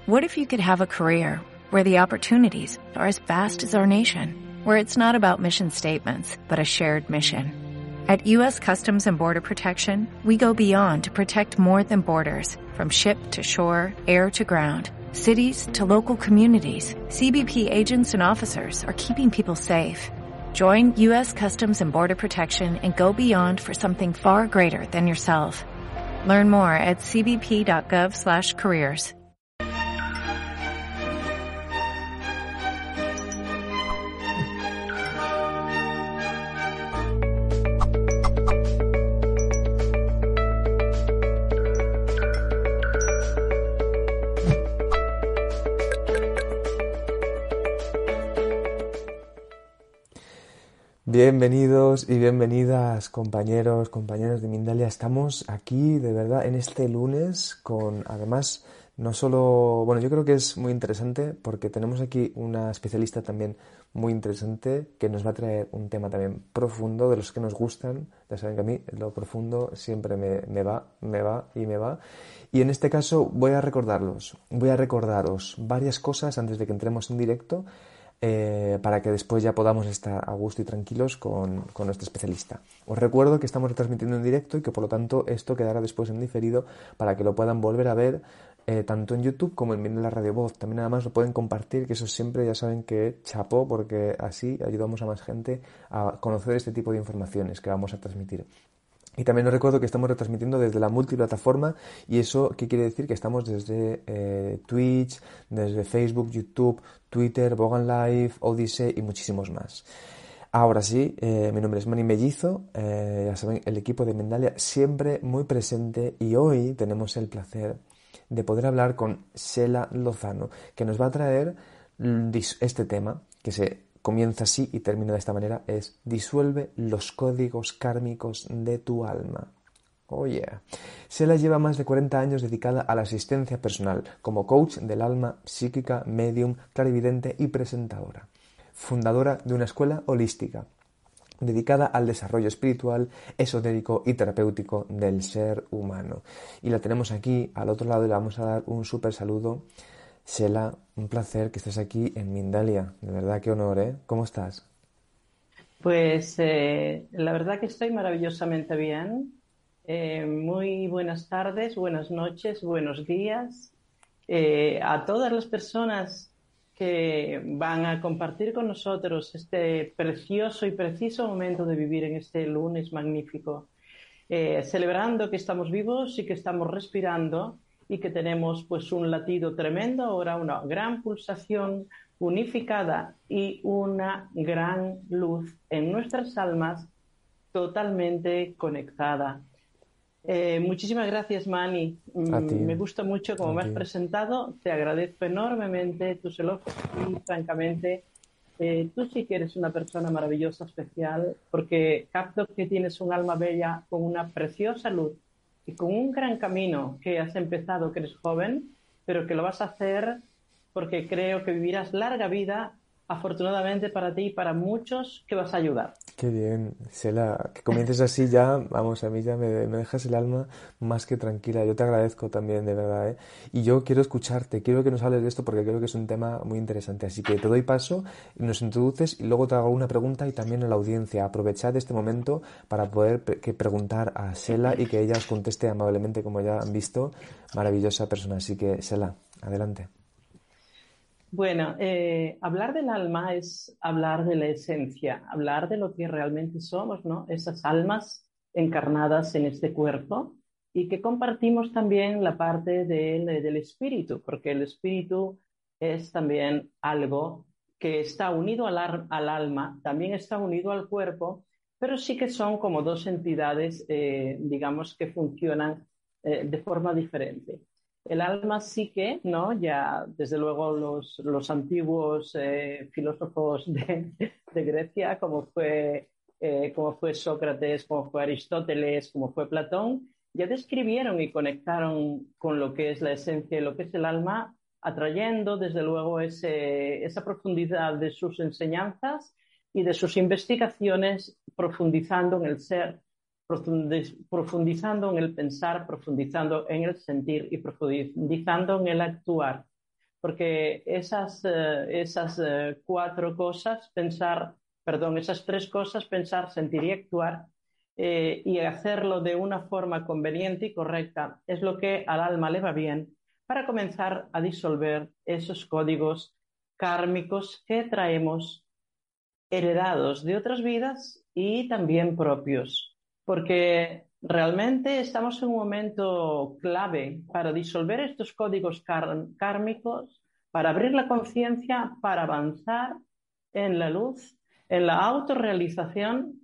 What if you could have a career where the opportunities are as vast as our nation, where it's not about mission statements, but a shared mission? At U.S. Customs and Border Protection, we go beyond to protect more than borders, from ship to shore, air to ground, cities to local communities. CBP agents and officers are keeping people safe. Join U.S. Customs and Border Protection and go beyond for something far greater than yourself. Learn more at cbp.gov/careers. Bienvenidos y bienvenidas, compañeros, compañeras de Mindalia. Estamos aquí, de verdad, en este lunes con, además, no solo... Bueno, yo creo que es muy interesante porque tenemos aquí una especialista también muy interesante que nos va a traer un tema también profundo, de los que nos gustan. Ya saben que a mí lo profundo siempre me va. Y en este caso voy a recordaros varias cosas antes de que entremos en directo, para que después ya podamos estar a gusto y tranquilos con nuestra especialista. Os recuerdo que estamos retransmitiendo en directo y que por lo tanto esto quedará después en diferido para que lo puedan volver a ver tanto en YouTube como en Mindalia Radio Voz. También además lo pueden compartir, que eso siempre ya saben que chapó, porque así ayudamos a más gente a conocer este tipo de informaciones que vamos a transmitir. Y también os recuerdo que estamos retransmitiendo desde la multiplataforma. ¿Y eso qué quiere decir? Que estamos desde Twitch, desde Facebook, YouTube, Twitter, Bogan Live, Odyssey y muchísimos más. Ahora sí, mi nombre es Manny Mellizo, ya saben, el equipo de Mindalia siempre muy presente, y hoy tenemos el placer de poder hablar con Sheila Lozano, que nos va a traer este tema que comienza así y termina de esta manera, es disuelve los códigos kármicos de tu alma. Oh yeah. Sheila lleva más de 40 años dedicada a la asistencia personal, como coach del alma, psíquica, medium, clarividente y presentadora. Fundadora de una escuela holística, dedicada al desarrollo espiritual, esotérico y terapéutico del ser humano. Y la tenemos aquí al otro lado y le vamos a dar un súper saludo. Sheila, un placer que estés aquí en Mindalia. De verdad, qué honor, ¿eh? ¿Cómo estás? Pues la verdad que estoy maravillosamente bien. Muy buenas tardes, buenas noches, buenos días a todas las personas que van a compartir con nosotros este precioso y preciso momento de vivir en este lunes magnífico, celebrando que estamos vivos y que estamos respirando y que tenemos pues un latido tremendo, ahora una gran pulsación unificada y una gran luz en nuestras almas totalmente conectada. Muchísimas gracias, Manny. A ti. Me gusta mucho cómo me has presentado, te agradezco enormemente tus elogios y francamente tú sí que eres una persona maravillosa, especial, porque capto que tienes un alma bella con una preciosa luz y con un gran camino que has empezado, que eres joven, pero que lo vas a hacer porque creo que vivirás larga vida, afortunadamente para ti y para muchos que vas a ayudar. Qué bien, Sheila, que comiences así ya, vamos, a mí ya me dejas el alma más que tranquila. Yo te agradezco también, de verdad, ¿eh? Y yo quiero escucharte, quiero que nos hables de esto porque creo que es un tema muy interesante. Así que te doy paso, nos introduces y luego te hago una pregunta y también a la audiencia. Aprovechad este momento para poder preguntar a Sheila y que ella os conteste amablemente, como ya han visto, maravillosa persona. Así que, Sheila, adelante. Bueno, hablar del alma es hablar de la esencia, hablar de lo que realmente somos, ¿no? Esas almas encarnadas en este cuerpo y que compartimos también la parte del espíritu, porque el espíritu es también algo que está unido al alma, también está unido al cuerpo, pero sí que son como dos entidades, digamos, que funcionan de forma diferente. El alma psique, ¿no? Ya desde luego los antiguos filósofos de Grecia, como fue Sócrates, como fue Aristóteles, como fue Platón, ya describieron y conectaron con lo que es la esencia y lo que es el alma, atrayendo desde luego esa profundidad de sus enseñanzas y de sus investigaciones, profundizando en el ser, profundizando en el pensar, profundizando en el sentir y profundizando en el actuar. porque esas cuatro cosas, esas tres cosas, pensar, sentir y actuar, y hacerlo de una forma conveniente y correcta, es lo que al alma le va bien para comenzar a disolver esos códigos kármicos que traemos heredados de otras vidas y también propios, porque realmente estamos en un momento clave para disolver estos códigos kármicos, para abrir la conciencia, para avanzar en la luz, en la autorrealización,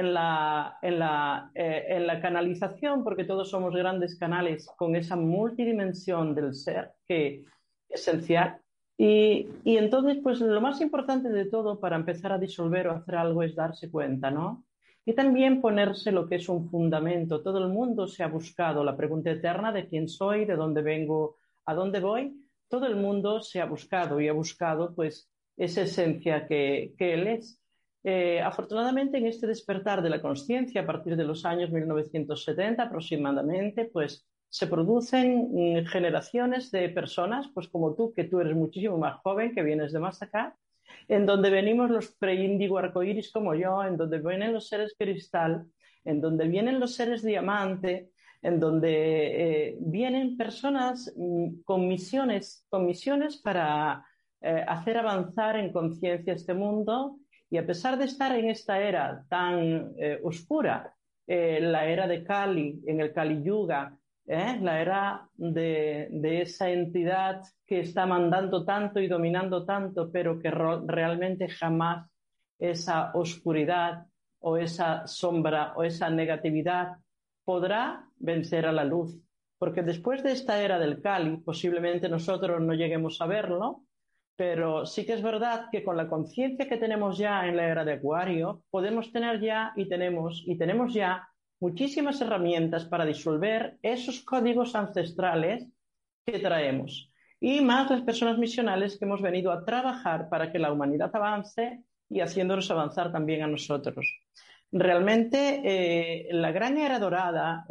en la canalización, porque todos somos grandes canales con esa multidimensión del ser que es esencial. Y entonces, pues lo más importante de todo para empezar a disolver o hacer algo es darse cuenta, ¿no? Y también ponerse lo que es un fundamento. Todo el mundo se ha buscado la pregunta eterna de quién soy, de dónde vengo, a dónde voy. Todo el mundo se ha buscado y ha buscado, pues, esa esencia que él es. Afortunadamente, en este despertar de la conciencia, a partir de los años 1970 aproximadamente, pues se producen generaciones de personas, pues como tú, que tú eres muchísimo más joven, que vienes de más acá, en donde venimos los pre-índigo arcoíris como yo, en donde vienen los seres cristal, en donde vienen los seres diamante, en donde vienen personas con misiones para hacer avanzar en conciencia este mundo. Y a pesar de estar en esta era tan oscura, la era de Kali, en el Kali Yuga, la era de esa entidad que está mandando tanto y dominando tanto, pero que realmente jamás esa oscuridad o esa sombra o esa negatividad podrá vencer a la luz. Porque después de esta era del Kali, posiblemente nosotros no lleguemos a verlo, pero sí que es verdad que con la conciencia que tenemos ya en la era de Acuario, podemos tener ya y tenemos ya muchísimas herramientas para disolver esos códigos ancestrales que traemos. Y más las personas misionales que hemos venido a trabajar para que la humanidad avance y haciéndonos avanzar también a nosotros. Realmente, la gran era dorada,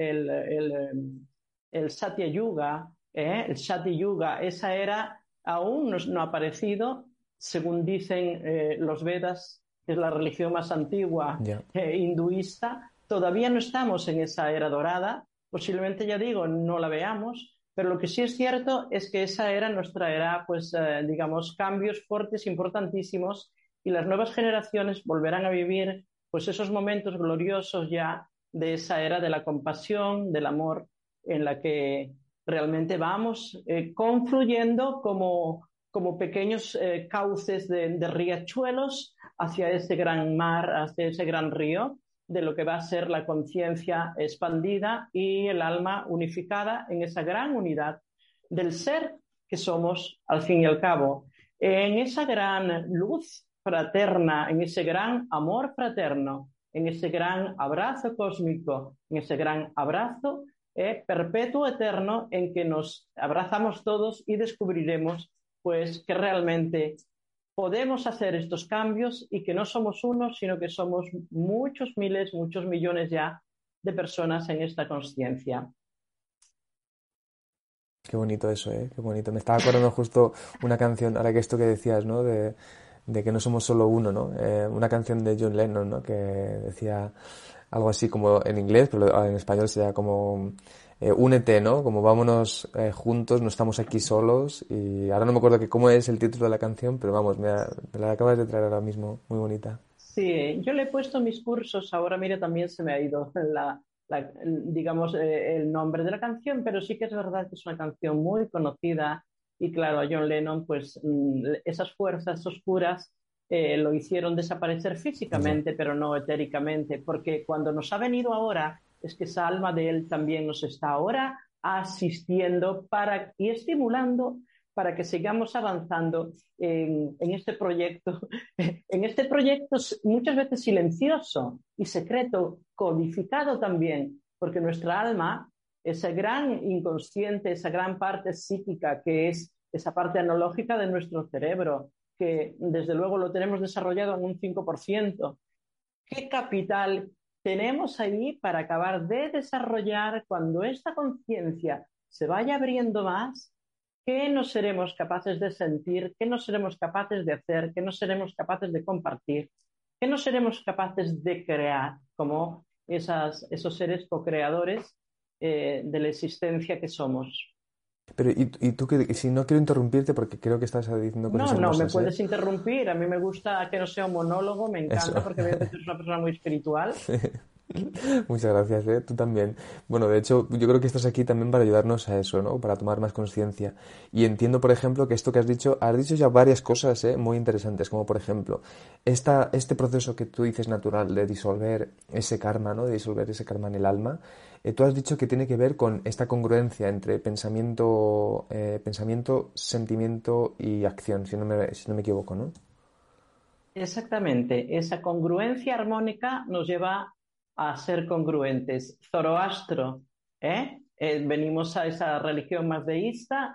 el Satya Yuga, el Sati Yuga, esa era aún no ha aparecido, según dicen los Vedas, que es la religión más antigua hinduista. Todavía no estamos en esa era dorada, posiblemente, ya digo, no la veamos, pero lo que sí es cierto es que esa era nos traerá, pues, digamos, cambios fuertes, importantísimos, y las nuevas generaciones volverán a vivir, pues, esos momentos gloriosos ya de esa era de la compasión, del amor, en la que realmente vamos confluyendo como pequeños cauces de riachuelos hacia ese gran mar, hacia ese gran río, de lo que va a ser la conciencia expandida y el alma unificada en esa gran unidad del ser que somos al fin y al cabo. En esa gran luz fraterna, en ese gran amor fraterno, en ese gran abrazo cósmico, en ese gran abrazo perpetuo eterno en que nos abrazamos todos y descubriremos pues que realmente podemos hacer estos cambios y que no somos uno, sino que somos muchos miles, muchos millones ya de personas en esta consciencia. Qué bonito eso, ¿eh? Qué bonito. Me estaba acordando justo una canción, ahora que esto que decías, ¿no? De que no somos solo uno, ¿no? Una canción de John Lennon, ¿no? Que decía algo así como en inglés, pero en español sería como únete, ¿no? Como vámonos juntos, no estamos aquí solos. Y ahora no me acuerdo cómo es el título de la canción, pero vamos, me la acabas de traer ahora mismo, muy bonita. Sí, yo le he puesto mis cursos, ahora mira, también se me ha ido digamos, el nombre de la canción, pero sí que es verdad que es una canción muy conocida y claro, a John Lennon, pues esas fuerzas oscuras lo hicieron desaparecer Ya. físicamente, pero no etéricamente, porque cuando nos ha venido ahora, es que esa alma de él también nos está ahora asistiendo y estimulando para que sigamos avanzando en este proyecto, en este proyecto muchas veces silencioso y secreto, codificado también, porque nuestra alma, ese gran inconsciente, esa gran parte psíquica que es esa parte analógica de nuestro cerebro, que desde luego lo tenemos desarrollado en un 5%. ¿Qué capital tenemos ahí para acabar de desarrollar cuando esta conciencia se vaya abriendo más? ¿qué no seremos capaces de sentir? ¿Qué no seremos capaces de hacer? ¿Qué no seremos capaces de compartir? ¿Qué no seremos capaces de crear como esos seres co-creadores de la existencia que somos? Pero, y tú, que si no quiero interrumpirte porque creo que estás diciendo cosas No, no, me hermosas, ¿eh? puedes interrumpir. A mí me gusta que no sea un monólogo, me Eso. encanta porque veo que tú eres una persona muy espiritual. Muchas gracias, ¿eh? Tú también. Bueno, de hecho, yo creo que estás aquí también para ayudarnos a eso, ¿no? Para tomar más conciencia. Y entiendo, por ejemplo, que esto que has dicho ya varias cosas, ¿eh? Muy interesantes, como por ejemplo, este proceso que tú dices natural de disolver ese karma, ¿no? De disolver ese karma en el alma. Tú has dicho que tiene que ver con esta congruencia entre pensamiento, sentimiento y acción, si no me equivoco, ¿no? Exactamente, esa congruencia armónica nos lleva a ser congruentes. Zoroastro, venimos a esa religión más deísta.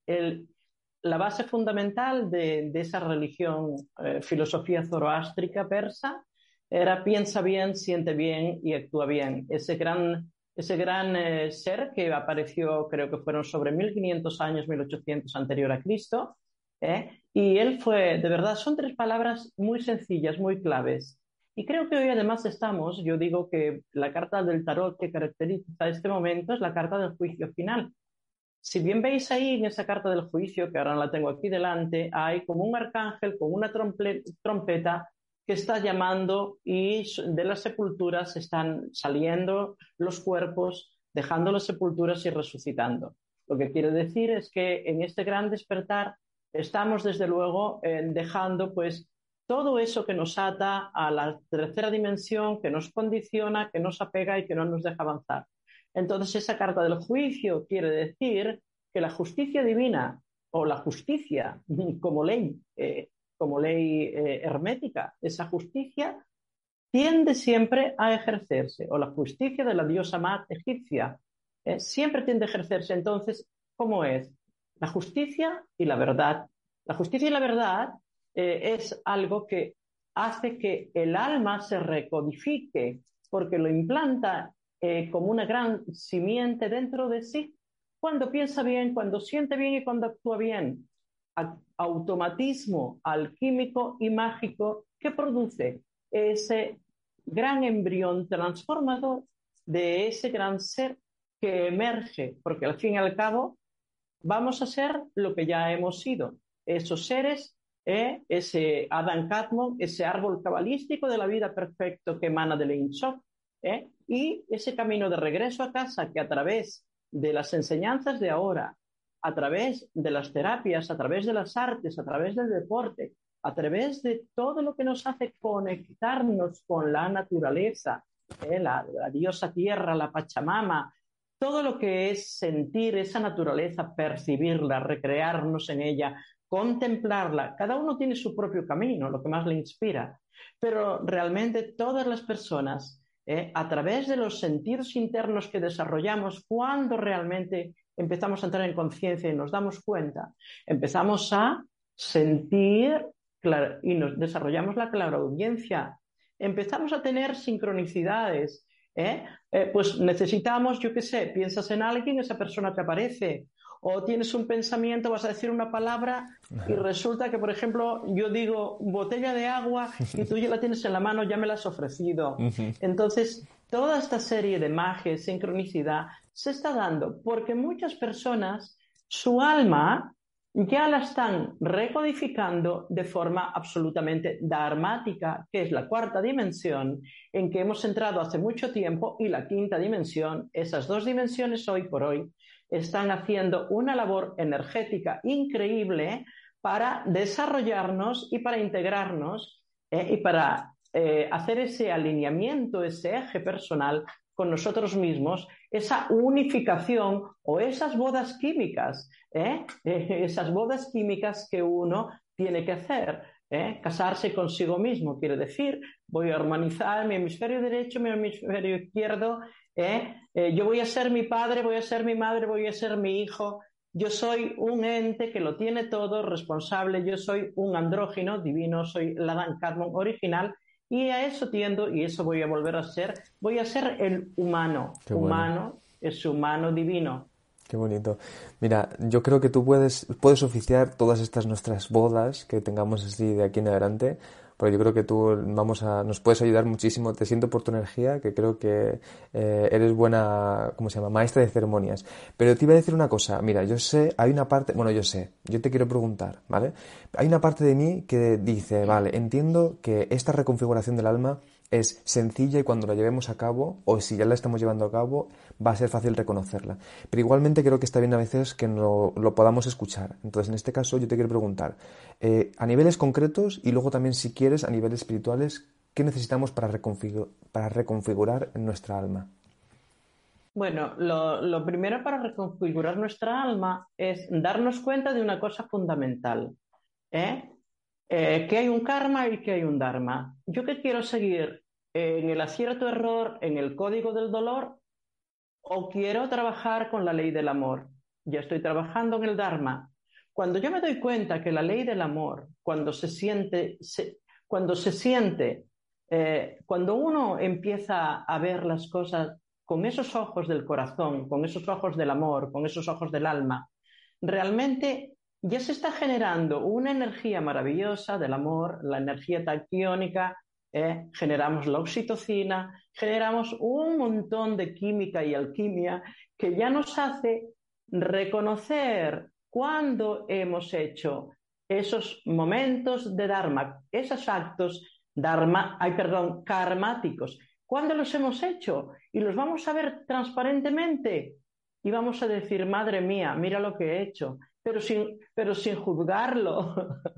La base fundamental de esa religión, filosofía zoroástrica persa, era piensa bien, siente bien y actúa bien. Ese gran ser que apareció, creo que fueron sobre 1500 años, 1800 anterior a Cristo, y él fue, de verdad, son tres palabras muy sencillas, muy claves. Y creo que hoy además estamos, yo digo que la carta del tarot que caracteriza este momento es la carta del juicio final. Si bien veis ahí en esa carta del juicio, que ahora la tengo aquí delante, hay como un arcángel con una trompeta que está llamando y de las sepulturas están saliendo los cuerpos, dejando las sepulturas y resucitando. Lo que quiere decir es que en este gran despertar estamos desde luego dejando pues todo eso que nos ata a la tercera dimensión, que nos condiciona, que nos apega y que no nos deja avanzar. Entonces, esa carta del juicio quiere decir que la justicia divina o la justicia como ley hermética, esa justicia tiende siempre a ejercerse, o la justicia de la diosa Mat egipcia, siempre tiende a ejercerse. Entonces, ¿cómo es? La justicia y la verdad. La justicia y la verdad es algo que hace que el alma se recodifique, porque lo implanta como una gran simiente dentro de sí, cuando piensa bien, cuando siente bien y cuando actúa bien. Automatismo alquímico y mágico que produce ese gran embrión transformador de ese gran ser que emerge, porque al fin y al cabo vamos a ser lo que ya hemos sido, esos seres, ese Adam Kadmon, ese árbol cabalístico de la vida perfecto que emana del Ein Sof, y ese camino de regreso a casa que a través de las enseñanzas de ahora, a través de las terapias, a través de las artes, a través del deporte, a través de todo lo que nos hace conectarnos con la naturaleza, la diosa tierra, la Pachamama, todo lo que es sentir esa naturaleza, percibirla, recrearnos en ella, contemplarla. Cada uno tiene su propio camino, lo que más le inspira, pero realmente todas las personas, a través de los sentidos internos que desarrollamos, cuando realmente empezamos a entrar en conciencia y nos damos cuenta, empezamos a sentir y nos desarrollamos la claraudiencia, empezamos a tener sincronicidades, pues necesitamos, yo qué sé, piensas en alguien, esa persona te aparece, o tienes un pensamiento, vas a decir una palabra y resulta que, por ejemplo, yo digo botella de agua y tú ya la tienes en la mano, ya me la has ofrecido. Entonces, toda esta serie de magia, sincronicidad, se está dando porque muchas personas, su alma ya la están recodificando de forma absolutamente dharmática, que es la cuarta dimensión en que hemos entrado hace mucho tiempo, y la quinta dimensión. Esas dos dimensiones hoy por hoy están haciendo una labor energética increíble para desarrollarnos y para integrarnos y para hacer ese alineamiento, ese eje personal con nosotros mismos, esa unificación o esas bodas químicas, esas bodas químicas que uno tiene que hacer. Casarse consigo mismo quiere decir, voy a armonizar mi hemisferio derecho, mi hemisferio izquierdo, yo voy a ser mi padre, voy a ser mi madre, voy a ser mi hijo. Yo soy un ente que lo tiene todo, responsable, yo soy un andrógino divino, soy el Adam Kadmon original, y a eso tiendo y eso voy a volver a ser. Voy a ser el humano. Qué bueno. Humano es humano divino. Qué bonito. Mira, yo creo que tú puedes oficiar todas estas nuestras bodas que tengamos así de aquí en adelante, porque yo creo que tú nos puedes ayudar muchísimo. Te siento por tu energía, que creo que eres buena, ¿cómo se llama? Maestra de ceremonias. Pero te iba a decir una cosa. Mira, yo sé, hay una parte, bueno, yo te quiero preguntar, ¿vale? Hay una parte de mí que dice, vale, entiendo que esta reconfiguración del alma es sencilla y cuando la llevemos a cabo, o si ya la estamos llevando a cabo, va a ser fácil reconocerla. Pero igualmente creo que está bien a veces que no lo podamos escuchar. Entonces, en este caso, yo te quiero preguntar, a niveles concretos y luego también, si quieres, a niveles espirituales, ¿qué necesitamos para reconfigurar nuestra alma? Bueno, lo primero para reconfigurar nuestra alma es darnos cuenta de una cosa fundamental, ¿eh? Que hay un karma y que hay un dharma. ¿Yo qué quiero seguir? ¿En el acierto-error, en el código del dolor? ¿O quiero trabajar con la ley del amor? Ya estoy trabajando en el dharma. Cuando yo me doy cuenta que la ley del amor, cuando uno empieza a ver las cosas con esos ojos del corazón, con esos ojos del amor, con esos ojos del alma, realmente ya se está generando una energía maravillosa del amor, la energía taquiónica, generamos la oxitocina, generamos un montón de química y alquimia que ya nos hace reconocer cuando hemos hecho esos momentos de Dharma, esos actos karmáticos, cuando los hemos hecho y los vamos a ver transparentemente y vamos a decir, madre mía, mira lo que he hecho, pero sin juzgarlo.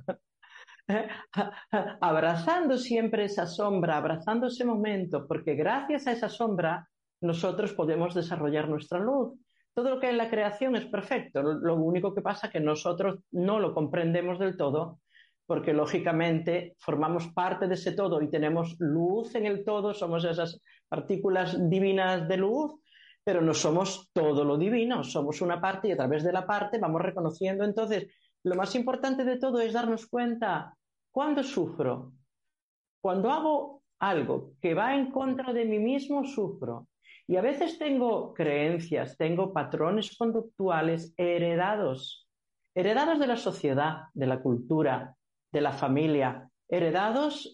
Abrazando siempre esa sombra, abrazando ese momento, porque gracias a esa sombra nosotros podemos desarrollar nuestra luz. Todo lo que hay en la creación es perfecto, lo único que pasa es que nosotros no lo comprendemos del todo, porque lógicamente formamos parte de ese todo y tenemos luz en el todo, somos esas partículas divinas de luz, pero no somos todo lo divino, somos una parte y a través de la parte vamos reconociendo. Entonces, lo más importante de todo es darnos cuenta cuando sufro, cuando hago algo que va en contra de mí mismo, sufro. Y a veces tengo creencias, tengo patrones conductuales heredados de la sociedad, de la cultura, de la familia, heredados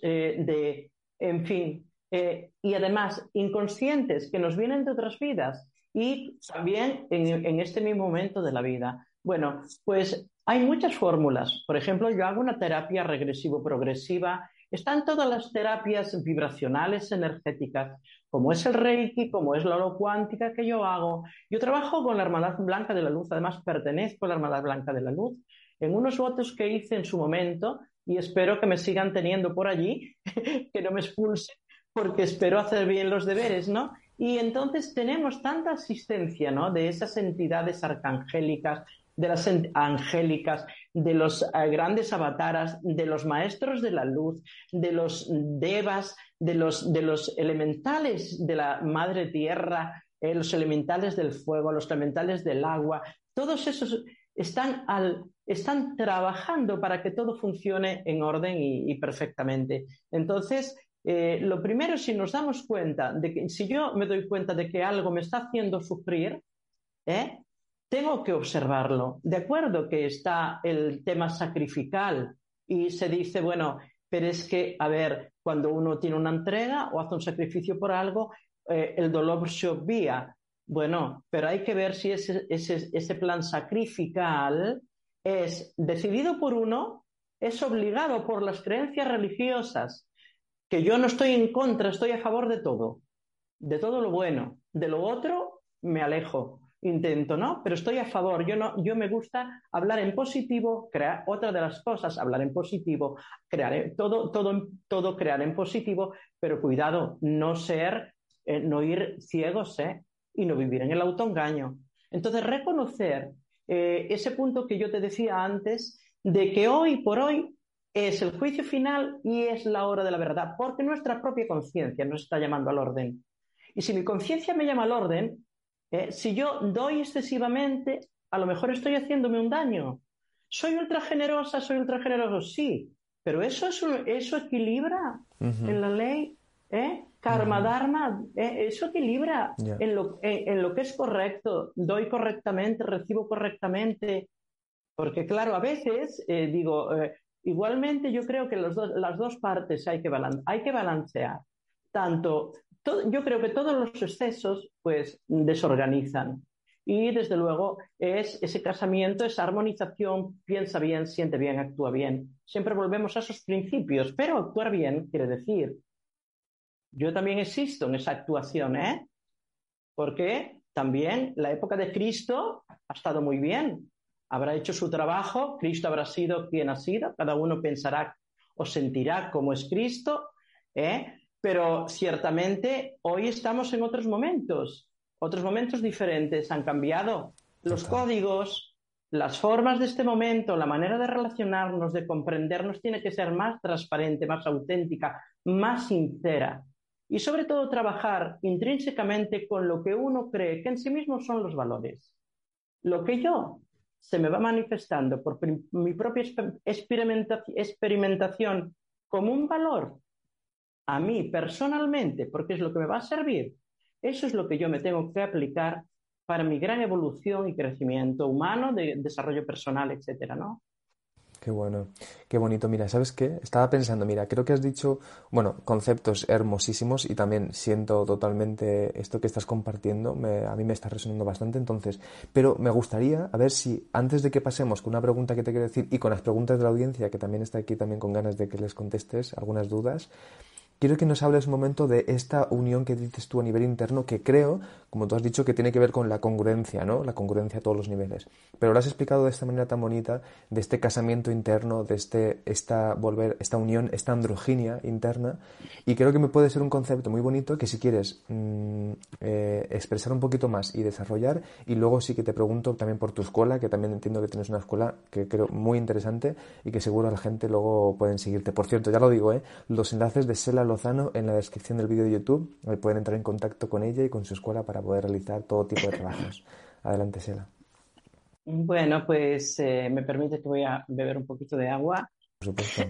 en fin, y además inconscientes que nos vienen de otras vidas y también en este mismo momento de la vida. Bueno, pues hay muchas fórmulas. Por ejemplo, yo hago una terapia regresivo-progresiva. Están todas las terapias vibracionales energéticas, como es el Reiki, como es la holocuántica que yo hago. Yo trabajo con la Hermandad Blanca de la Luz, además pertenezco a la Hermandad Blanca de la Luz, en unos votos que hice en su momento y espero que me sigan teniendo por allí, que no me expulsen, porque espero hacer bien los deberes, ¿no? Y entonces tenemos tanta asistencia, ¿no?, de esas entidades arcangélicas, de las angélicas, de los grandes avataras, de los maestros de la luz, de los devas, de los elementales de la madre tierra, los elementales del fuego, los elementales del agua, todos esos están trabajando para que todo funcione en orden y perfectamente. Entonces, lo primero, si nos damos cuenta de que, si yo me doy cuenta de que algo me está haciendo sufrir, tengo que observarlo. De acuerdo que está el tema sacrificial y se dice, bueno, pero es que, a ver, cuando uno tiene una entrega o hace un sacrificio por algo, el dolor se obvia. Bueno, pero hay que ver si ese plan sacrificial es decidido por uno, es obligado por las creencias religiosas, que yo no estoy en contra, estoy a favor de todo lo bueno. De lo otro me alejo, intento, ¿no? Pero estoy a favor. Yo me gusta hablar en positivo, crear otra de las cosas, hablar en positivo, crear todo crear en positivo, pero cuidado, no ir ciegos, y no vivir en el autoengaño. Entonces, reconocer ese punto que yo te decía antes, de que hoy por hoy es el juicio final y es la hora de la verdad, porque nuestra propia conciencia nos está llamando al orden. Y si mi conciencia me llama al orden, si yo doy excesivamente, a lo mejor estoy haciéndome un daño. ¿Soy ultra generosa? ¿Soy ultra generoso? Sí, pero eso equilibra en la ley, Karma, dharma, eso equilibra en lo que es correcto, doy correctamente, recibo correctamente, porque claro, a veces igualmente yo creo que las dos partes hay que balancear. Yo creo que todos los excesos pues desorganizan y desde luego ese casamiento, esa armonización, piensa bien, siente bien, actúa bien. Siempre volvemos a esos principios, pero actuar bien quiere decir, yo también existo en esa actuación, porque también la época de Cristo ha estado muy bien. Habrá hecho su trabajo, Cristo habrá sido quien ha sido, cada uno pensará o sentirá cómo es Cristo, pero ciertamente hoy estamos en otros momentos diferentes, han cambiado los códigos, las formas de este momento, la manera de relacionarnos, de comprendernos tiene que ser más transparente, más auténtica, más sincera. Y sobre todo trabajar intrínsecamente con lo que uno cree que en sí mismo son los valores. Lo que yo se me va manifestando por mi propia experimentación como un valor a mí personalmente, porque es lo que me va a servir, eso es lo que yo me tengo que aplicar para mi gran evolución y crecimiento humano, de desarrollo personal, etcétera, ¿no? Qué bueno, qué bonito. Mira, ¿sabes qué? Estaba pensando, mira, creo que has dicho, bueno, conceptos hermosísimos y también siento totalmente esto que estás compartiendo, a mí me está resonando bastante, entonces, pero me gustaría, a ver si antes de que pasemos con una pregunta que te quiero decir y con las preguntas de la audiencia, que también está aquí también con ganas de que les contestes algunas dudas, quiero que nos hables un momento de esta unión que dices tú a nivel interno, que creo, como tú has dicho, que tiene que ver con la congruencia, ¿no? La congruencia a todos los niveles. Pero lo has explicado de esta manera tan bonita, de este casamiento interno, de esta unión, esta androginia interna, y creo que me puede ser un concepto muy bonito que si quieres expresar un poquito más y desarrollar, y luego sí que te pregunto también por tu escuela, que también entiendo que tienes una escuela que creo muy interesante y que seguro a la gente luego pueden seguirte. Por cierto, ya lo digo, los enlaces de Sela Lozano en la descripción del vídeo de YouTube, pueden entrar en contacto con ella y con su escuela para poder realizar todo tipo de trabajos. Adelante, Sela. Bueno, pues me permite que voy a beber un poquito de agua. Por supuesto.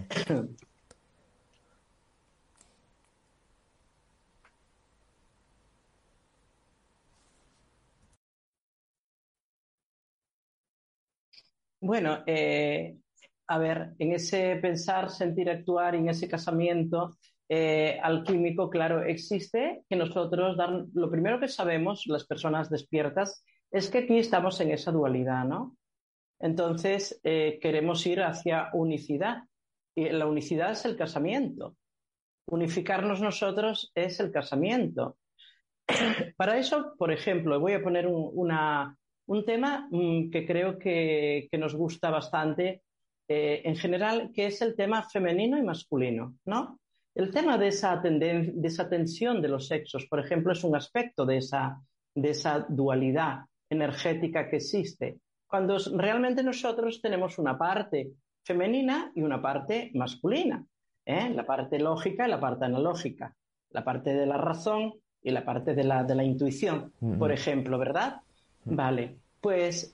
Bueno, a ver, en ese pensar, sentir, actuar y en ese casamiento alquímico, claro, existe que nosotros, lo primero que sabemos, las personas despiertas, es que aquí estamos en esa dualidad, ¿no? Entonces, queremos ir hacia unicidad. Y la unicidad es el casamiento. Unificarnos nosotros es el casamiento. Para eso, por ejemplo, voy a poner un tema que creo que nos gusta bastante en general, que es el tema femenino y masculino, ¿no? El tema de esa tensión de los sexos, por ejemplo, es un aspecto de esa dualidad energética que existe, cuando realmente nosotros tenemos una parte femenina y una parte masculina, la parte lógica y la parte analógica, la parte de la razón y la parte de la intuición, por ejemplo, ¿verdad? Vale, pues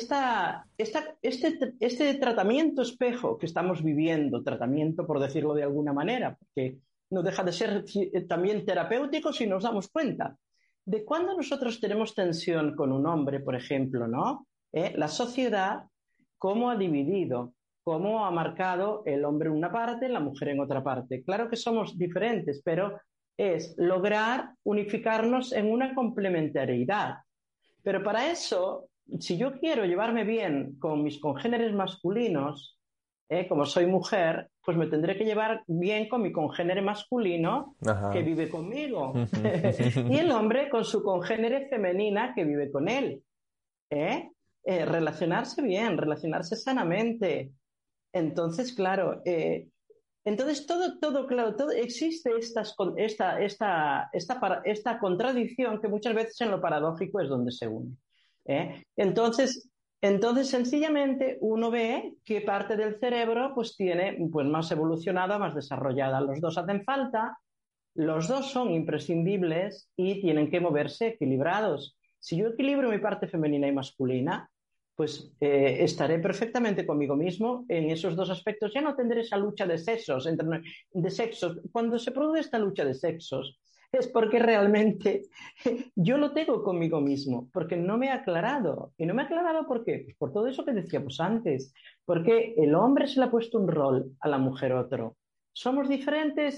este tratamiento espejo que estamos viviendo, tratamiento por decirlo de alguna manera, porque no deja de ser también terapéutico si nos damos cuenta, de cuando nosotros tenemos tensión con un hombre, por ejemplo, ¿no? La sociedad, ¿cómo ha dividido? ¿Cómo ha marcado el hombre en una parte, la mujer en otra parte? Claro que somos diferentes, pero es lograr unificarnos en una complementariedad. Pero para eso, si yo quiero llevarme bien con mis congéneres masculinos, como soy mujer, pues me tendré que llevar bien con mi congénere masculino que vive conmigo. Y el hombre con su congénere femenina que vive con él. Relacionarse bien, relacionarse sanamente. Entonces, claro, entonces todo, claro, existe esta contradicción que muchas veces en lo paradójico es donde se une. Entonces, sencillamente uno ve que parte del cerebro pues tiene pues, más evolucionada, más desarrollada. Los dos hacen falta, los dos son imprescindibles y tienen que moverse equilibrados. Si yo equilibro mi parte femenina y masculina, pues estaré perfectamente conmigo mismo en esos dos aspectos. Ya no tendré esa lucha de sexos. Cuando se produce esta lucha de sexos, es porque realmente yo lo tengo conmigo mismo, porque no me ha aclarado. ¿Y no me ha aclarado por qué? Pues por todo eso que decíamos antes, porque el hombre se le ha puesto un rol, a la mujer otro. ¿Somos diferentes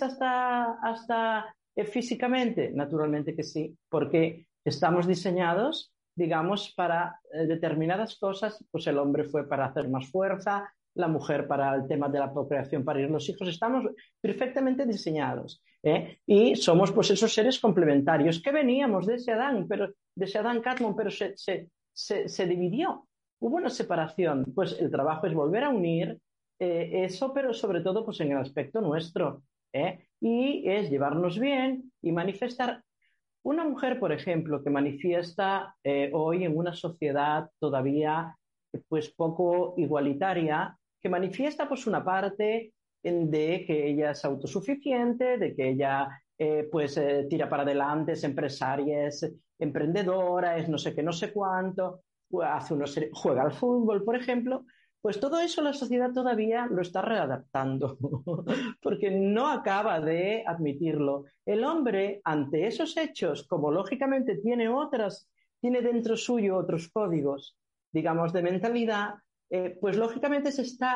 hasta físicamente? Naturalmente que sí, porque estamos diseñados, digamos, para determinadas cosas, pues el hombre fue para hacer más fuerza, la mujer para el tema de la procreación, para ir los hijos, estamos perfectamente diseñados. Y somos pues esos seres complementarios que veníamos de ese Adán, pero de ese Adán Cadmon, pero se dividió. Hubo una separación. Pues el trabajo es volver a unir eso, pero sobre todo pues en el aspecto nuestro. Y es llevarnos bien y manifestar. Una mujer, por ejemplo, que manifiesta hoy en una sociedad todavía pues poco igualitaria, que manifiesta pues una parte de que ella es autosuficiente, de que ella tira para adelante, es empresaria, es emprendedora, es no sé qué, no sé cuánto, juega al fútbol, por ejemplo, pues todo eso la sociedad todavía lo está readaptando, porque no acaba de admitirlo. El hombre, ante esos hechos, como lógicamente tiene dentro suyo otros códigos, digamos, de mentalidad, pues lógicamente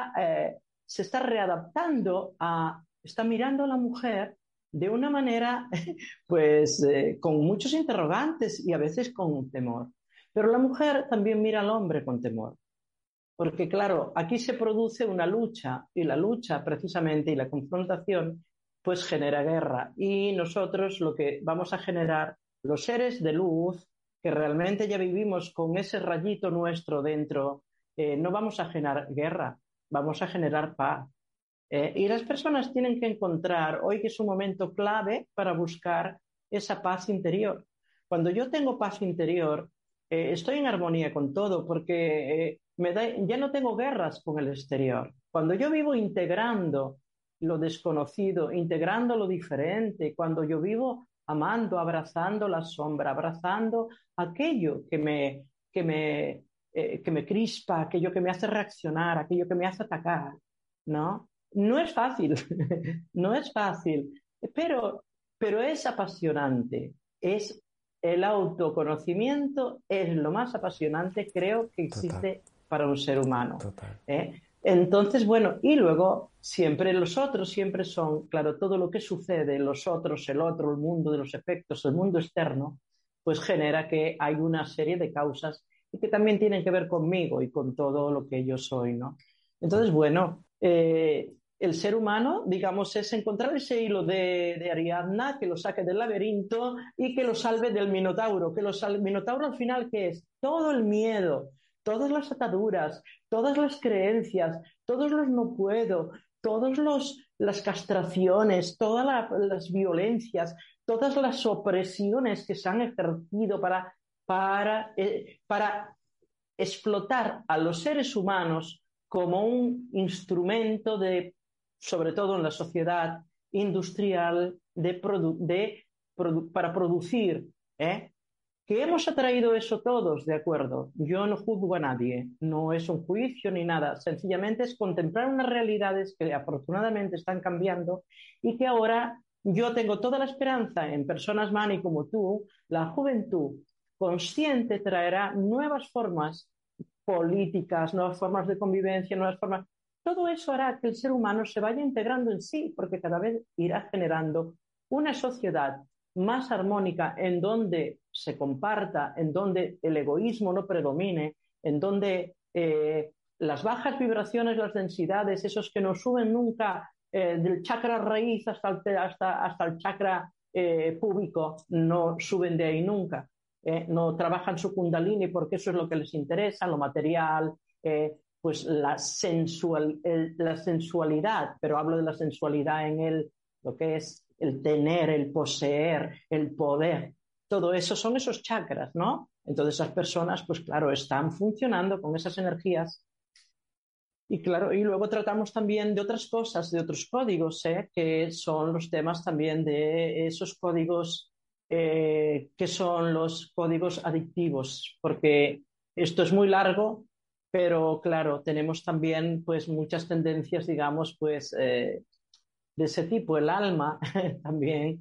se está readaptando está mirando a la mujer de una manera, con muchos interrogantes y a veces con temor. Pero la mujer también mira al hombre con temor. Porque claro, aquí se produce una lucha y la lucha precisamente y la confrontación pues genera guerra y nosotros lo que vamos a generar, los seres de luz que realmente ya vivimos con ese rayito nuestro dentro, no vamos a generar guerra, vamos a generar paz. Y las personas tienen que encontrar hoy que es un momento clave para buscar esa paz interior. Cuando yo tengo paz interior, estoy en armonía con todo porque ya no tengo guerras con el exterior. Cuando yo vivo integrando lo desconocido, integrando lo diferente, cuando yo vivo amando, abrazando la sombra, abrazando aquello que me crispa, aquello que me hace reaccionar, aquello que me hace atacar, ¿no? No es fácil, no es fácil, pero, pero es apasionante. Es el autoconocimiento es lo más apasionante, creo, que Total, existe para un ser humano. total. Entonces, bueno, y luego siempre los otros, siempre son, claro, todo lo que sucede, los otros, el otro, el mundo de los efectos, el mundo externo, pues genera que hay una serie de causas y que también tienen que ver conmigo y con todo lo que yo soy, ¿no? Entonces, bueno, el ser humano, digamos, es encontrar ese hilo de Ariadna que lo saque del laberinto y que lo salve del Minotauro. El Minotauro al final, ¿qué es? Todo el miedo, todas las ataduras, todas las creencias, todos los no puedo, todas las castraciones, las violencias, todas las opresiones que se han ejercido para explotar a los seres humanos como un instrumento sobre todo en la sociedad industrial, para producir, ¿eh? Que hemos atraído eso todos, de acuerdo. Yo no juzgo a nadie, no es un juicio ni nada, sencillamente es contemplar unas realidades que afortunadamente están cambiando y que ahora yo tengo toda la esperanza en personas Mani como tú, la juventud consciente traerá nuevas formas políticas, nuevas formas de convivencia, nuevas formas. Todo eso hará que el ser humano se vaya integrando en sí, porque cada vez irá generando una sociedad más armónica en donde se comparta, en donde el egoísmo no predomine, en donde las bajas vibraciones, las densidades, esos que no suben nunca del chakra raíz hasta el chakra púbico, no suben de ahí nunca. No trabajan su kundalini porque eso es lo que les interesa, lo material, pues la sensualidad, pero hablo de la sensualidad en lo que es el tener, el poseer, el poder. Todo eso son esos chakras, ¿no? Entonces esas personas, pues claro, están funcionando con esas energías. Y claro, y luego tratamos también de otras cosas, de otros códigos, que son los temas también de esos códigos que son los códigos adictivos, porque esto es muy largo, pero claro, tenemos también pues muchas tendencias, digamos, pues de ese tipo. El alma también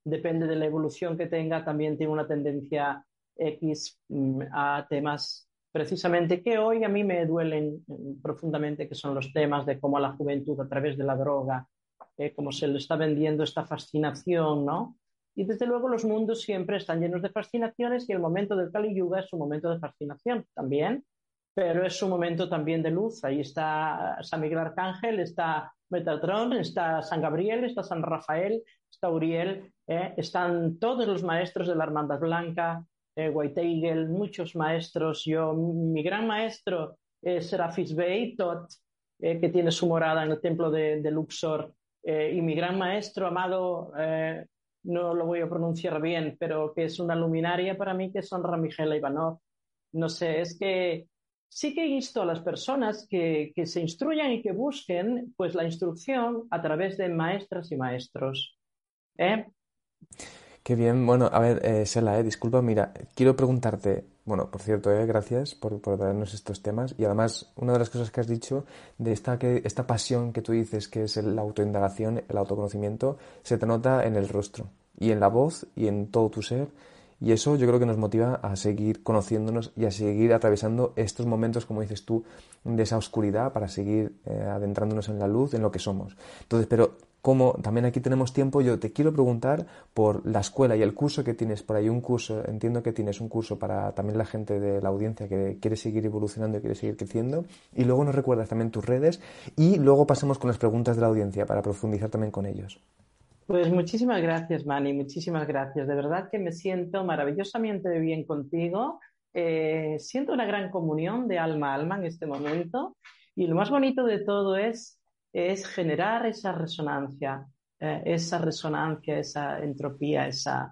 depende de la evolución que tenga, también tiene una tendencia X a temas precisamente que hoy a mí me duelen profundamente, que son los temas de cómo la juventud a través de la droga, cómo se le está vendiendo esta fascinación, ¿no? Y desde luego los mundos siempre están llenos de fascinaciones y el momento del Kali Yuga es un momento de fascinación también, pero es un momento también de luz. Ahí está San Miguel Arcángel, está Metatron, está San Gabriel, está San Rafael, está Uriel, están todos los maestros de la Hermandad Blanca, White Eagle, muchos maestros. Mi gran maestro es Serafis Bey, Tot, que tiene su morada en el templo de Luxor, y mi gran maestro amado, no lo voy a pronunciar bien, pero que es una luminaria para mí, que son Ramigela Ivanov. No sé, es que sí que insto a las personas que se instruyan y que busquen pues la instrucción a través de maestras y maestros. ¿Eh? Qué bien. Bueno, a ver, Sela, disculpa, mira, quiero preguntarte, bueno, por cierto, gracias por traernos estos temas y además una de las cosas que has dicho de esta pasión que tú dices que es la autoindagación, el autoconocimiento, se te nota en el rostro y en la voz y en todo tu ser y eso yo creo que nos motiva a seguir conociéndonos y a seguir atravesando estos momentos, como dices tú, de esa oscuridad para seguir adentrándonos en la luz, en lo que somos. Entonces, pero como también aquí tenemos tiempo, yo te quiero preguntar por la escuela y el curso que tienes por ahí, un curso, entiendo que tienes un curso para también la gente de la audiencia que quiere seguir evolucionando y quiere seguir creciendo, y luego nos recuerdas también tus redes y luego pasamos con las preguntas de la audiencia para profundizar también con ellos. Pues muchísimas gracias, Manny, muchísimas gracias. De verdad que me siento maravillosamente bien contigo. Siento una gran comunión de alma a alma en este momento y lo más bonito de todo es generar esa resonancia, esa entropía,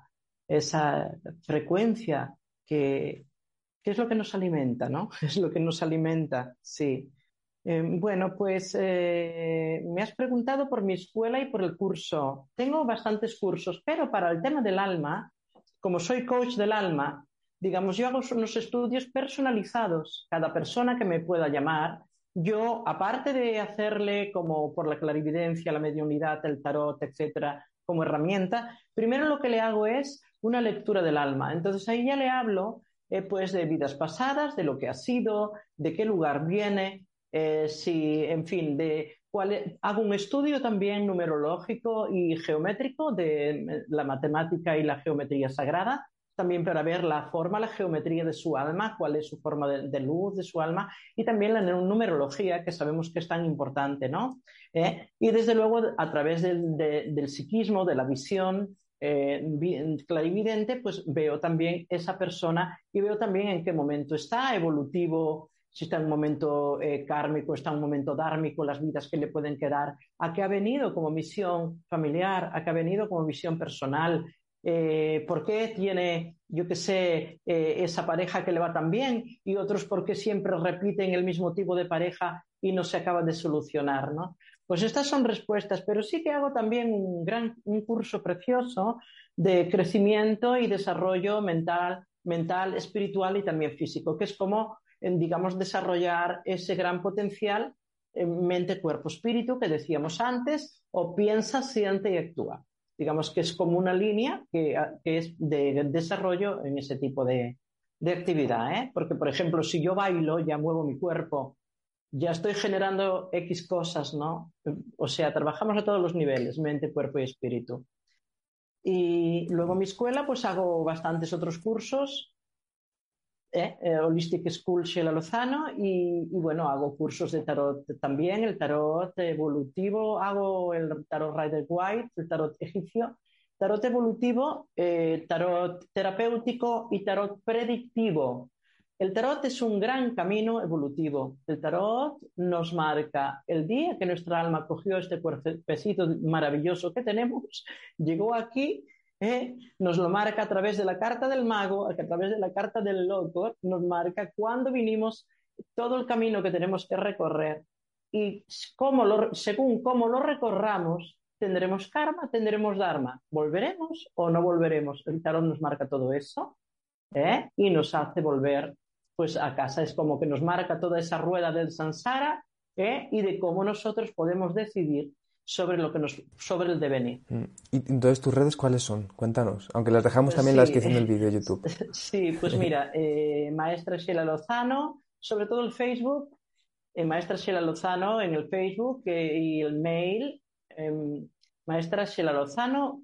esa frecuencia que es lo que nos alimenta, ¿no? Es lo que nos alimenta, sí. Bueno, pues me has preguntado por mi escuela y por el curso. Tengo bastantes cursos, pero para el tema del alma, como soy coach del alma, digamos, yo hago unos estudios personalizados. Cada persona que me pueda llamar, yo, aparte de hacerle como por la clarividencia, la mediunidad, el tarot, etcétera, como herramienta, primero lo que le hago es una lectura del alma. Entonces ahí ya le hablo pues de vidas pasadas, de lo que ha sido, de qué lugar viene, si, en fin, hago un estudio también numerológico y geométrico de la matemática y la geometría sagrada, también para ver la forma, la geometría de su alma, cuál es su forma de luz de su alma, y también la numerología, que sabemos que es tan importante, ¿no? Y desde luego, a través del psiquismo, de la visión, clarividente, pues veo también esa persona y veo también en qué momento está evolutivo, si está en un momento kármico, está en un momento dármico, las vidas que le pueden quedar, a qué ha venido como misión familiar, a qué ha venido como misión personal, por qué tiene, yo qué sé, esa pareja que le va tan bien y otros por qué siempre repiten el mismo tipo de pareja y no se acaba de solucionar, ¿no? Pues estas son respuestas, pero sí que hago también un curso precioso de crecimiento y desarrollo mental, espiritual y también físico, que es como, digamos, desarrollar ese gran potencial en mente, cuerpo, espíritu que decíamos antes, o piensa, siente y actúa. Digamos que es como una línea que es de desarrollo en ese tipo de actividad, ¿eh? Porque, por ejemplo, si yo bailo, ya muevo mi cuerpo, ya estoy generando X cosas, ¿no? O sea, trabajamos a todos los niveles, mente, cuerpo y espíritu. Y luego en mi escuela, pues hago bastantes otros cursos, Holistic School Sheila Lozano, y bueno, hago cursos de tarot también, el tarot evolutivo, hago el tarot Rider White, el tarot egipcio, tarot evolutivo, tarot terapéutico y tarot predictivo. El tarot es un gran camino evolutivo. El tarot nos marca el día que nuestra alma cogió este cuerpecito maravilloso que tenemos, llegó aquí, nos lo marca a través de la carta del mago, a través de la carta del loco, nos marca cuándo vinimos, todo el camino que tenemos que recorrer y según cómo lo recorramos, tendremos karma, tendremos dharma, volveremos o no volveremos. El tarot nos marca todo eso, y nos hace volver pues a casa. Es como que nos marca toda esa rueda del samsara, y de cómo nosotros podemos decidir sobre el devenir. Y entonces, ¿tus redes cuáles son? Cuéntanos. Aunque las dejamos Pues también en la sí, descripción del vídeo de YouTube. sí, pues mira, maestra Sheila Lozano, sobre todo el Facebook, maestra Sheila Lozano en el Facebook y el mail, maestra Sheila Lozano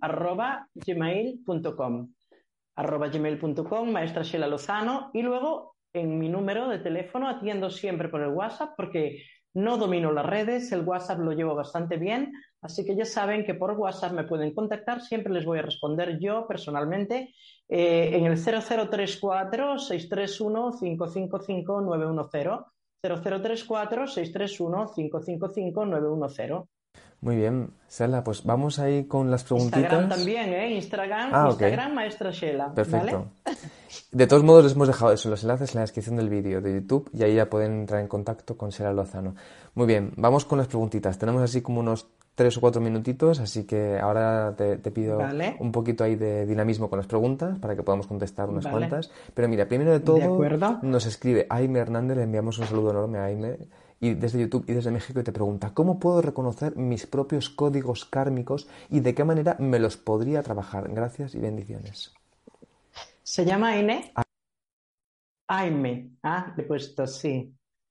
@gmail.com, maestra Sheila Lozano, y luego en mi número de teléfono atiendo siempre por el WhatsApp porque no domino las redes, el WhatsApp lo llevo bastante bien, así que ya saben que por WhatsApp me pueden contactar, siempre les voy a responder yo personalmente en el 0034 631 555 910, 0034 631 555 910. Muy bien, Sela, pues vamos ahí con las Instagram preguntitas. también, Instagram, Ah, ok. Instagram maestra Sheila, ¿vale? Perfecto. De todos modos, les hemos dejado eso, los enlaces en la descripción del vídeo de YouTube y ahí ya pueden entrar en contacto con Sheila Lozano. Muy bien, vamos con las preguntitas. Tenemos así como unos 3 o 4 minutitos, así que ahora te pido Vale, un poquito ahí de dinamismo con las preguntas para que podamos contestar unas vale, cuantas. Pero mira, primero de de todo acuerdo. nos escribe Aime Hernández, le enviamos un saludo enorme a Aime, y desde YouTube y desde México, y te pregunta, ¿cómo puedo reconocer mis propios códigos kármicos y de qué manera me los podría trabajar? Gracias y bendiciones. ¿Se llama Aine? Aime. Ah, le he puesto así.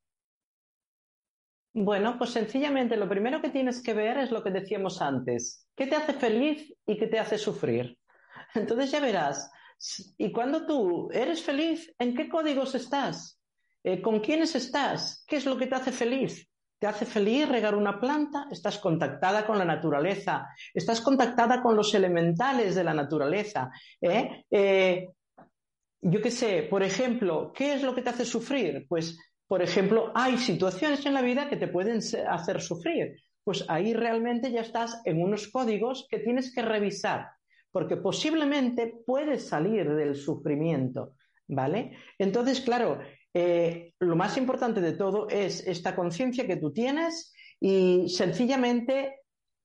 Bueno, pues sencillamente lo primero que tienes que ver es lo que decíamos antes. ¿Qué te hace feliz y qué te hace sufrir? Entonces ya verás. Y cuando tú eres feliz, ¿en qué códigos estás? ¿Con quiénes estás? ¿Qué es lo que te hace feliz? ¿Te hace feliz regar una planta? Estás contactada con la naturaleza, estás contactada con los elementales de la naturaleza. Yo qué sé, por ejemplo, ¿qué es lo que te hace sufrir? Pues, por ejemplo, hay situaciones en la vida que te pueden hacer sufrir. Pues ahí realmente ya estás en unos códigos que tienes que revisar, porque posiblemente puedes salir del sufrimiento, ¿vale? Entonces, claro, lo más importante de todo es esta conciencia que tú tienes y sencillamente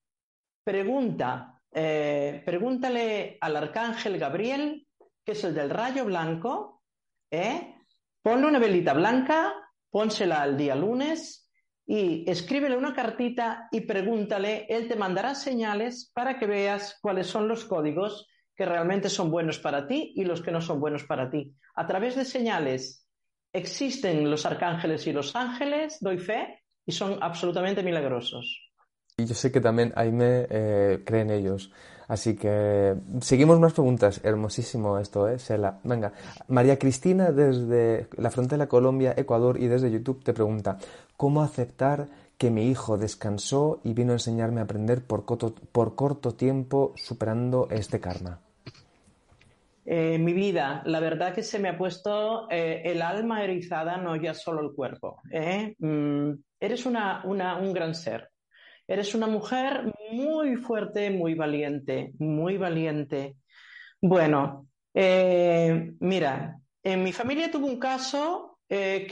pregúntale al arcángel Gabriel, que es el del rayo blanco, ponle una velita blanca, pónsela al día lunes y escríbele una cartita y pregúntale, él te mandará señales para que veas cuáles son los códigos que realmente son buenos para ti y los que no son buenos para ti. A través de señales existen los arcángeles y los ángeles, doy fe, y son absolutamente milagrosos. Y yo sé que también Aime cree en ellos. Así que seguimos más preguntas. Hermosísimo esto, Sela. Venga, María Cristina desde la frontera Colombia-Ecuador y desde YouTube te pregunta, ¿cómo aceptar que mi hijo descansó y vino a enseñarme a aprender por corto tiempo superando este karma? Mi vida, la verdad que se me ha puesto el alma erizada, no ya solo el cuerpo. Eres un gran ser. Eres una mujer muy fuerte, muy valiente, muy valiente. Bueno, mira, en mi familia tuvo un caso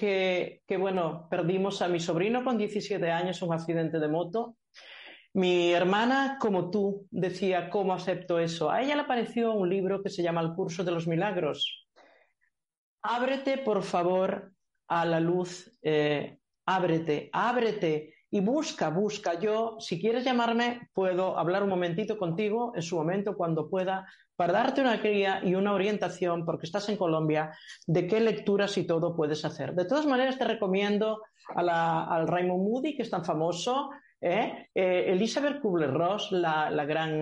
bueno, perdimos a mi sobrino con 17 años en un accidente de moto. Mi hermana, como tú, decía, ¿cómo acepto eso? A ella le apareció un libro que se llama El curso de los milagros. Ábrete, por favor, a la luz, ábrete, ábrete y busca. Yo, si quieres llamarme, puedo hablar un momentito contigo en su momento, cuando pueda, para darte una guía y una orientación, porque estás en Colombia, de qué lecturas y todo puedes hacer. De todas maneras, te recomiendo al Raymond Moody, que es tan famoso, Elizabeth Kubler-Ross, la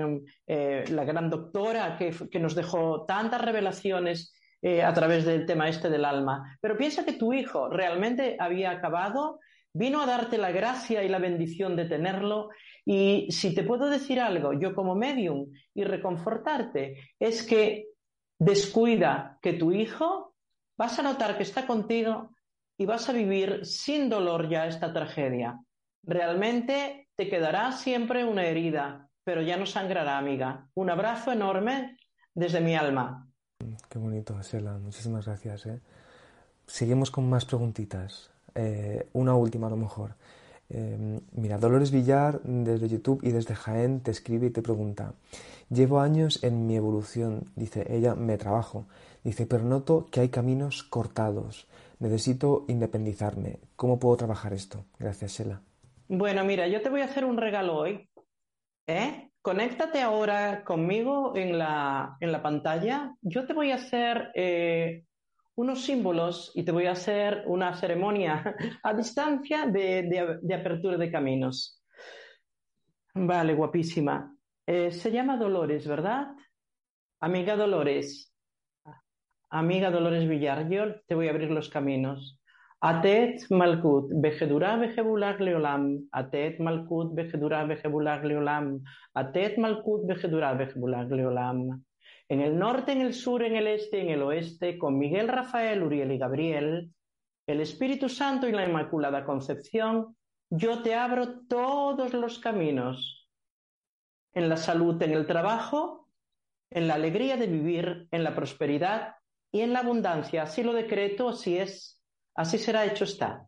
gran doctora que nos dejó tantas revelaciones a través del tema este del alma. Pero piensa que tu hijo realmente había acabado, vino a darte la gracia y la bendición de tenerlo, y si te puedo decir algo, yo como medium, y reconfortarte, es que descuida que tu hijo, vas a notar que está contigo y vas a vivir sin dolor ya esta tragedia. Realmente te quedará siempre una herida, pero ya no sangrará, amiga. Un abrazo enorme desde mi alma. Qué bonito, Sela. Muchísimas gracias, Seguimos con más preguntitas. Una última a lo mejor. Mira, Dolores Villar desde YouTube y desde Jaén te escribe y te pregunta, llevo años en mi evolución, dice ella, me trabajo, dice, pero noto que hay caminos cortados, necesito independizarme, ¿cómo puedo trabajar esto? Gracias, Sela. Bueno, mira, yo te voy a hacer un regalo hoy. Conéctate ahora conmigo en la pantalla. Yo te voy a hacer unos símbolos y te voy a hacer una ceremonia a distancia de apertura de caminos. Vale, guapísima. Se llama Dolores, ¿verdad? Amiga Dolores. Amiga Dolores Villar, yo te voy a abrir los caminos. Atet Malkut, Vejedurá, Vejebulag Leolam. Atet Malkut, Vejedurá, Vejebulag Leolam. Atet Malkut, Vejedurá, Vejebulag Leolam. En el norte, en el sur, en el este, en el oeste, con Miguel, Rafael, Uriel y Gabriel, el Espíritu Santo y la Inmaculada Concepción, yo te abro todos los caminos. En la salud, en el trabajo, en la alegría de vivir, en la prosperidad y en la abundancia. Así lo decreto, así es, así será, hecho está.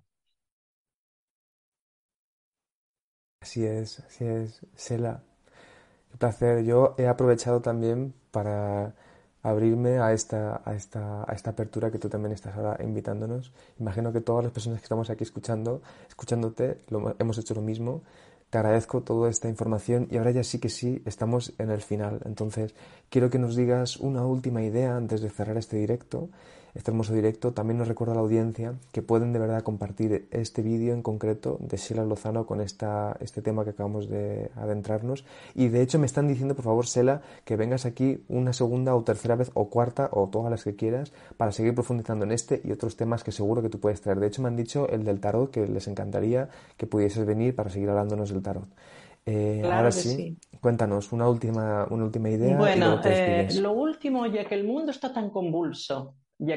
Así es, Sela. Qué placer. Yo he aprovechado también para abrirme a esta apertura que tú también estás ahora invitándonos. Imagino que todas las personas que estamos aquí escuchándote, hemos hecho lo mismo. Te agradezco toda esta información y ahora ya sí que sí, estamos en el final. Entonces, quiero que nos digas una última idea antes de cerrar este hermoso directo. También nos recuerda a la audiencia que pueden de verdad compartir este vídeo en concreto de Sela Lozano con este tema que acabamos de adentrarnos. Y de hecho me están diciendo, por favor, Sela, que vengas aquí una segunda o tercera vez o cuarta o todas las que quieras para seguir profundizando en este y otros temas que seguro que tú puedes traer. De hecho me han dicho el del tarot, que les encantaría que pudieses venir para seguir hablándonos del tarot. Claro Ahora que sí, sí. cuéntanos una última idea y luego Bueno, te despides. lo último, ya que el mundo está tan convulso,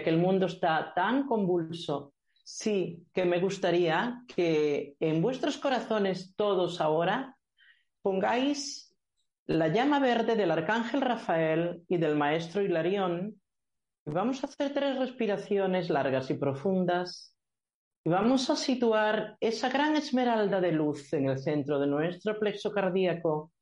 sí que me gustaría que en vuestros corazones todos ahora pongáis la llama verde del Arcángel Rafael y del Maestro Hilarión. Y vamos a hacer 3 respiraciones largas y profundas. Y vamos a situar esa gran esmeralda de luz en el centro de nuestro plexo cardíaco.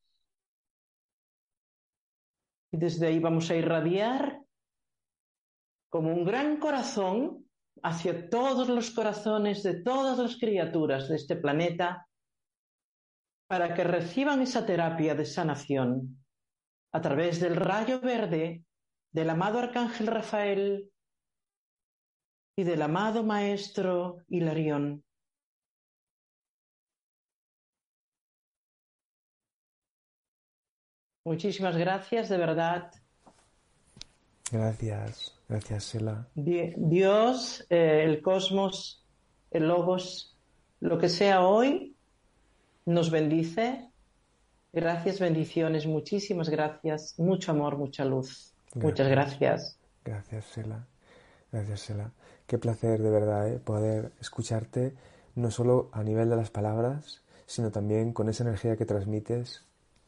Y desde ahí vamos a irradiar como un gran corazón hacia todos los corazones de todas las criaturas de este planeta para que reciban esa terapia de sanación a través del rayo verde del amado Arcángel Rafael y del amado Maestro Hilarión. Muchísimas gracias, de verdad. Gracias, Sela. Dios, el cosmos, el logos, lo que sea hoy, nos bendice. Gracias, bendiciones, muchísimas gracias, mucho amor, mucha luz. Muchas Gracias, gracias. gracias, Sela. Gracias, Sela. Qué placer de verdad, poder escucharte, no solo a nivel de las palabras, sino también con esa energía que transmites.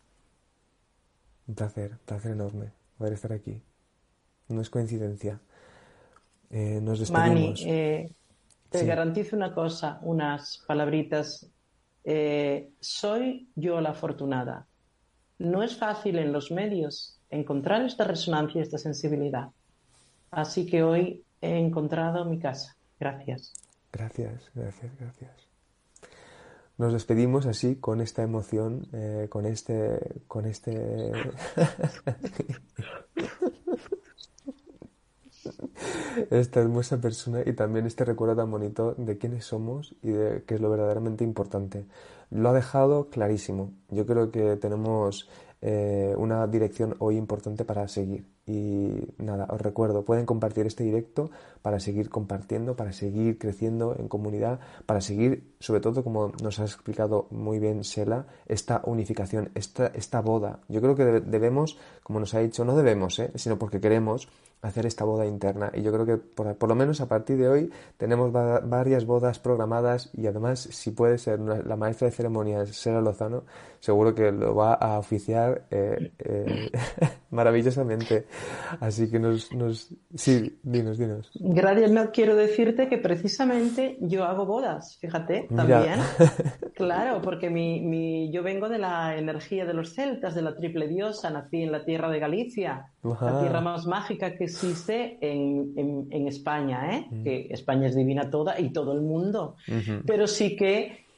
Un placer enorme poder estar aquí. No es coincidencia. Nos Mani, despedimos. te Sí, garantizo una cosa, unas palabritas. Soy yo la afortunada. No es fácil en los medios encontrar esta resonancia y esta sensibilidad. Así que hoy he encontrado mi casa. Gracias. gracias. Nos despedimos así, con esta emoción, con esta hermosa persona y también este recuerdo tan bonito de quiénes somos y de qué es lo verdaderamente importante. Lo ha dejado clarísimo. Yo creo que tenemos una dirección hoy importante para seguir. Y nada, os recuerdo, pueden compartir este directo para seguir compartiendo, para seguir creciendo en comunidad, para seguir, sobre todo, como nos ha explicado muy bien Sela, esta unificación, esta boda. Yo creo que debemos, como nos ha dicho, no debemos, sino porque queremos hacer esta boda interna. Y yo creo que por lo menos a partir de hoy tenemos varias bodas programadas y además, si puede ser la maestra de ceremonias Sela Lozano, seguro que lo va a oficiar maravillosamente. Así que sí, dinos. Gracias, no quiero decirte que precisamente yo hago bodas, fíjate, Mira, también. Claro, porque yo vengo de la energía de los celtas, de la triple diosa, nací en la tierra de Galicia, la tierra ajá, más mágica que existe en España, ¿eh? Que España es divina toda y todo el mundo. ujú, Pero sí que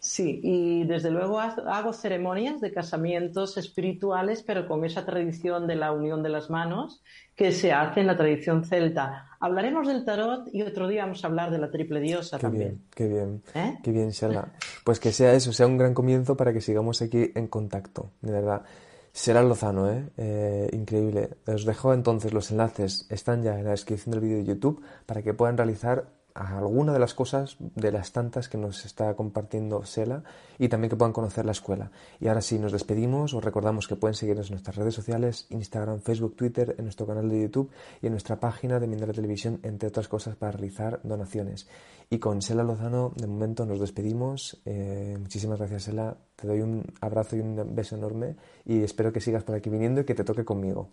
Sí, y desde luego hago ceremonias de casamientos espirituales, pero con esa tradición de la unión de las manos que se hace en la tradición celta. Hablaremos del tarot y otro día vamos a hablar de la triple diosa Qué bien, también. qué bien, ¿Eh? qué bien, Shela. Pues que sea eso, sea un gran comienzo para que sigamos aquí en contacto, de verdad. Shela Lozano, ¿eh? Increíble. Os dejo entonces los enlaces, están ya en la descripción del vídeo de YouTube para que puedan realizar alguna de las cosas, de las tantas que nos está compartiendo Shela y también que puedan conocer la escuela. Y ahora sí, nos despedimos, os recordamos que pueden seguirnos en nuestras redes sociales, Instagram, Facebook, Twitter, en nuestro canal de YouTube y en nuestra página de Mindalia Televisión, entre otras cosas, para realizar donaciones. Y con Shela Lozano, de momento, nos despedimos. Muchísimas gracias, Shela. Te doy un abrazo y un beso enorme y espero que sigas por aquí viniendo y que te toque conmigo.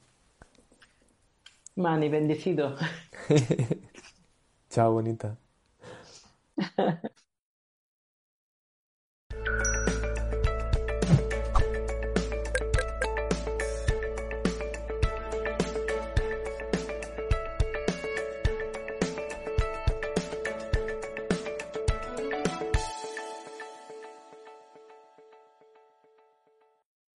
Mani, bendecido. Chao, bonita.